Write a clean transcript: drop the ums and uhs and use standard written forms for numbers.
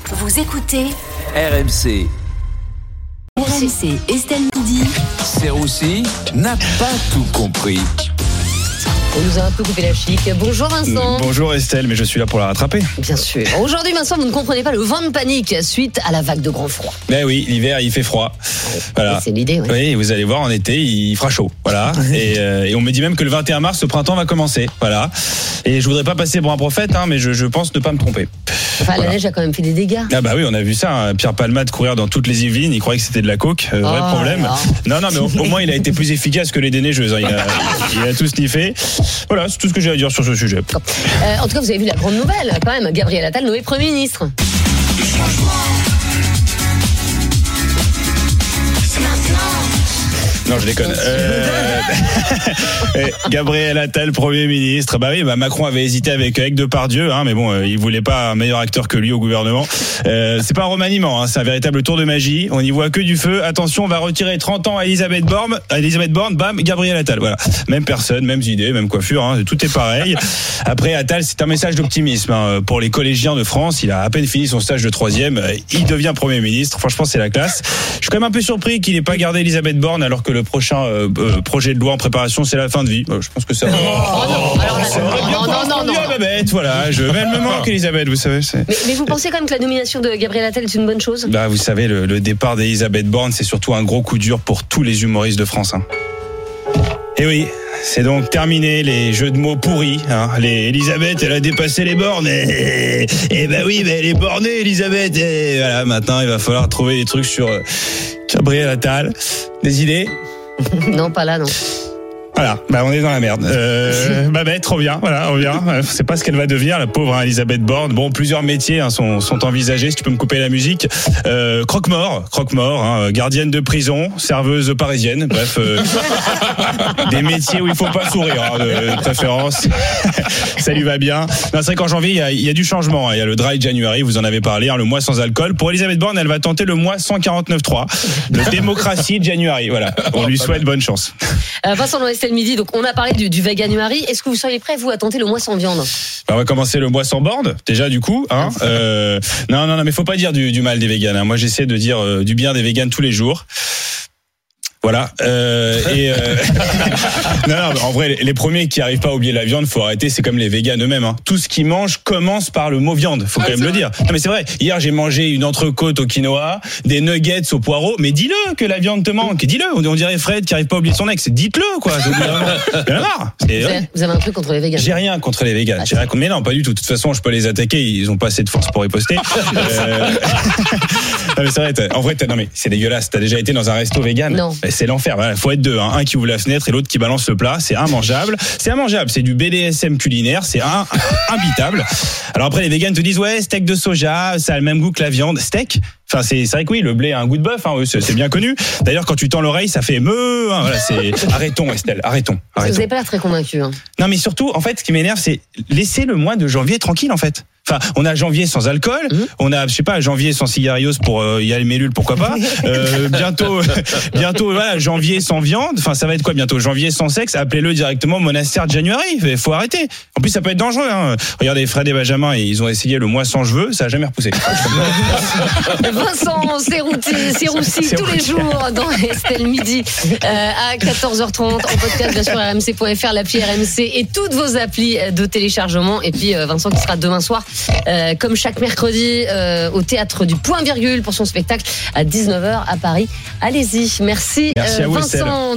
Vous écoutez RMC. RMC Estelle Midi. Serroussi n'a pas tout compris. On nous a un peu coupé la chic. Bonjour Vincent. Bonjour Estelle, mais je suis là pour la rattraper. Bien sûr. Aujourd'hui Vincent, vous ne comprenez pas le vent de panique suite à la vague de grand froid. Ben oui, l'hiver il fait froid. Voilà. C'est l'idée, oui. Oui, vous allez voir, en été il fera chaud. Voilà. Et on me dit même que le 21 mars, le printemps va commencer. Voilà. Et je voudrais pas passer pour un prophète, mais je pense ne pas me tromper. Enfin, Voilà. la neige a quand même fait des dégâts. Ah bah oui, on a vu ça, hein. Pierre Palmade courir dans toutes les Yvelines, il croyait que c'était de la coke, vrai problème. Non, mais au moins il a été plus efficace que les déneigeuses, hein. Il a tout sniffé. Voilà, c'est tout ce que j'ai à dire sur ce sujet. En tout cas, vous avez vu la grande nouvelle, quand même, Gabriel Attal nommé Premier ministre. Non, je déconne. Gabriel Attal, Premier ministre. Bah oui, Macron avait hésité avec Depardieu, mais bon, il voulait pas un meilleur acteur que lui au gouvernement. C'est pas un remaniement, c'est un véritable tour de magie. On n'y voit que du feu. Attention, on va retirer 30 ans à Elisabeth Borne, bam, Gabriel Attal. Voilà. Même personne, mêmes idées, même coiffure, tout est pareil. Après, Attal, c'est un message d'optimisme, pour les collégiens de France. Il a à peine fini son stage de 3e. Il devient Premier ministre. Franchement, c'est la classe. Je suis quand même un peu surpris qu'il ait pas gardé Elisabeth Borne alors que le prochain projet de loi en préparation, c'est la fin de vie. Je pense que ça. Non. Voilà, elle me manque, Elisabeth, vous savez. Mais vous pensez quand même que la nomination de Gabriel Attal est une bonne chose ? Bah, vous savez, le départ d'Elisabeth Borne, c'est surtout un gros coup dur pour tous les humoristes de France. Et oui, c'est donc terminé les jeux de mots pourris. Elisabeth, elle a dépassé les bornes. Et bah oui, elle est bornée, Elisabeth. Et voilà, maintenant, il va falloir trouver des trucs sur Gabriel Attal. Des idées ? Non, pas là, non. Voilà, on est dans la merde. Trop bien, voilà, on vient. Je sais pas ce qu'elle va devenir, la pauvre Elisabeth Borne. Bon, plusieurs métiers sont envisagés, si tu peux me couper la musique. Croque-mort, gardienne de prison, serveuse parisienne, bref, des métiers où il faut pas sourire, de préférence. Ça lui va bien. Non, c'est vrai qu'en janvier, il y a du changement. Il y a le Dry January, vous en avez parlé, le mois sans alcool. Pour Elisabeth Borne, elle va tenter le mois 149.3, le démocratie January. Voilà, on lui souhaite bonne chance. Vincent, dans Estelle Midi, donc on a parlé du Veganuary. Est-ce que vous seriez prêt, vous, à tenter le mois sans viande ? On va commencer le mois sans borne, déjà du coup. Non, mais faut pas dire du mal des véganes. Moi, j'essaie de dire du bien des véganes tous les jours. Voilà. En vrai, les premiers qui arrivent pas à oublier la viande, faut arrêter. C'est comme les véganes eux-mêmes. Tout ce qu'ils mangent commence par le mot viande. Faut quand même le dire. Non, mais c'est vrai. Hier, j'ai mangé une entrecôte au quinoa, des nuggets au poireau. Mais dis-le que la viande te manque. Dis-le. On dirait Fred qui arrive pas à oublier son ex. Dites-le, quoi. Il y en a marre. Vous avez un truc contre les véganes ? J'ai rien contre les véganes. Mais non, pas du tout. De toute façon, je peux les attaquer. Ils ont pas assez de force pour riposter. Non, mais c'est vrai. En vrai, non, mais c'est dégueulasse. T'as déjà été dans un resto vegan ? Non. C'est l'enfer. Voilà, faut être deux. Un qui ouvre la fenêtre et l'autre qui balance le plat. C'est immangeable. C'est du BDSM culinaire. C'est imbitable. Alors après, les véganes te disent steak de soja, ça a le même goût que la viande. Steak. Enfin, c'est vrai que oui, le blé a un goût de bœuf. C'est bien connu. D'ailleurs, quand tu tends l'oreille, ça fait meuh. Voilà, arrêtons, Estelle. Arrêtons. Vous n'avez pas l'air très convaincu. Non, mais surtout, en fait, ce qui m'énerve, c'est laisser le mois de janvier tranquille, en fait. Enfin, on a janvier sans alcool, on a, janvier sans cigarios pour y aller mélule, pourquoi pas. Bientôt, voilà, janvier sans viande. Enfin, ça va être quoi bientôt ? Janvier sans sexe. Appelez-le directement monastère de January. Il faut arrêter. En plus, ça peut être dangereux. Regardez, Fred et Benjamin, ils ont essayé le mois sans cheveux, ça a jamais repoussé. Vincent Serroussi tous les jours dans Estelle Midi à 14h30 en podcast bien sûr rmc.fr, l'appli RMC et toutes vos applis de téléchargement. Et puis Vincent qui sera demain soir comme chaque mercredi au théâtre du Point Virgule pour son spectacle à 19h à Paris. Allez-y, merci à vous, Vincent.